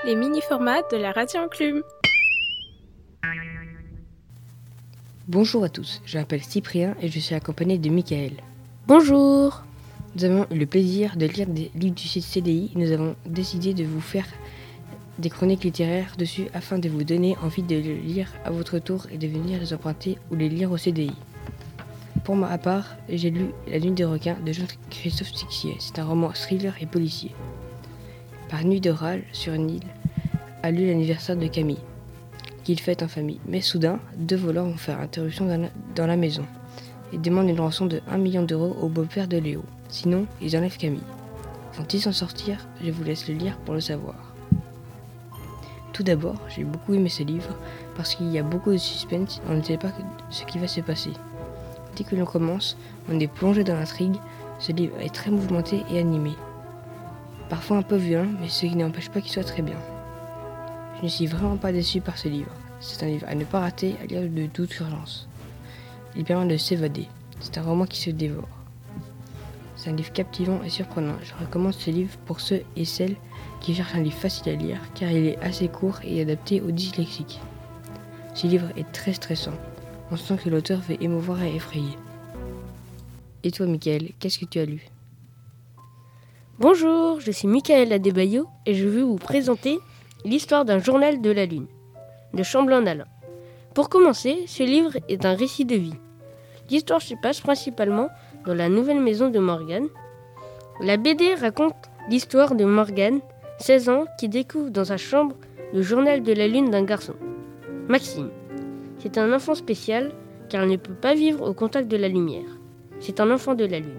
les mini-formats de la radio Enclume. Bonjour à tous, je m'appelle Cyprien et je suis accompagné de Michael. Bonjour. Nous avons eu le plaisir de lire des livres du site CDI et nous avons décidé de vous faire des chroniques littéraires dessus afin de vous donner envie de les lire à votre tour et de venir les emprunter ou les lire au CDI. Pour ma part, j'ai lu La Nuit des requins de Jean-Christophe Tixier. C'est un roman thriller et policier. Par nuit d'orage, sur une île, a lieu l'anniversaire de Camille, qu'il fête en famille. Mais soudain, 2 voleurs vont faire interruption dans la maison et demandent une rançon de 1 million d'euros au beau-père de Léo. Sinon, ils enlèvent Camille. Vont-ils s'en sortir? Je vous laisse le lire pour le savoir. Tout d'abord, j'ai beaucoup aimé ce livre parce qu'il y a beaucoup de suspense et on ne sait pas ce qui va se passer. Dès que l'on commence, on est plongé dans l'intrigue. Ce livre est très mouvementé et animé. Parfois un peu violent, mais ce qui n'empêche pas qu'il soit très bien. Je ne suis vraiment pas déçu par ce livre. C'est un livre à ne pas rater, à lire de toute urgence. Il permet de s'évader. C'est un roman qui se dévore. C'est un livre captivant et surprenant. Je recommande ce livre pour ceux et celles qui cherchent un livre facile à lire, car il est assez court et adapté aux dyslexiques. Ce livre est très stressant. On sent que l'auteur veut émouvoir et effrayer. Et toi, Michael, qu'est-ce que tu as lu? Bonjour, je suis Michael Adebayo et je vais vous présenter l'histoire d'un journal de la Lune, de Chamblanc-Nalin. Pour commencer, ce livre est un récit de vie. L'histoire se passe principalement dans la nouvelle maison de Morgane. La BD raconte l'histoire de Morgane, 16 ans, qui découvre dans sa chambre le journal de la Lune d'un garçon, Maxime. C'est un enfant spécial car il ne peut pas vivre au contact de la lumière. C'est un enfant de la Lune.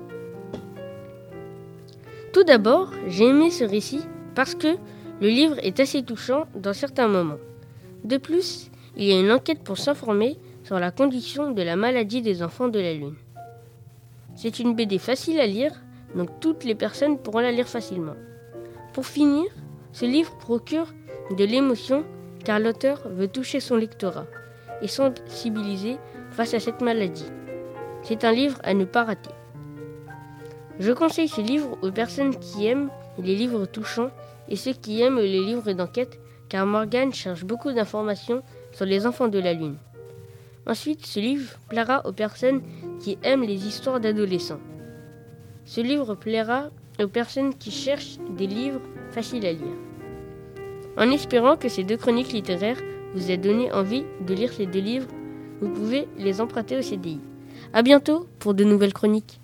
Tout d'abord, j'ai aimé ce récit parce que le livre est assez touchant dans certains moments. De plus, il y a une enquête pour s'informer sur la condition de la maladie des enfants de la Lune. C'est une BD facile à lire, donc toutes les personnes pourront la lire facilement. Pour finir, ce livre procure de l'émotion car l'auteur veut toucher son lectorat et sensibiliser face à cette maladie. C'est un livre à ne pas rater. Je conseille ce livre aux personnes qui aiment les livres touchants et ceux qui aiment les livres d'enquête car Morgane cherche beaucoup d'informations sur les enfants de la Lune. Ensuite, ce livre plaira aux personnes qui aiment les histoires d'adolescents. Ce livre plaira aux personnes qui cherchent des livres faciles à lire. En espérant que ces 2 chroniques littéraires vous aient donné envie de lire ces 2 livres, vous pouvez les emprunter au CDI. À bientôt pour de nouvelles chroniques.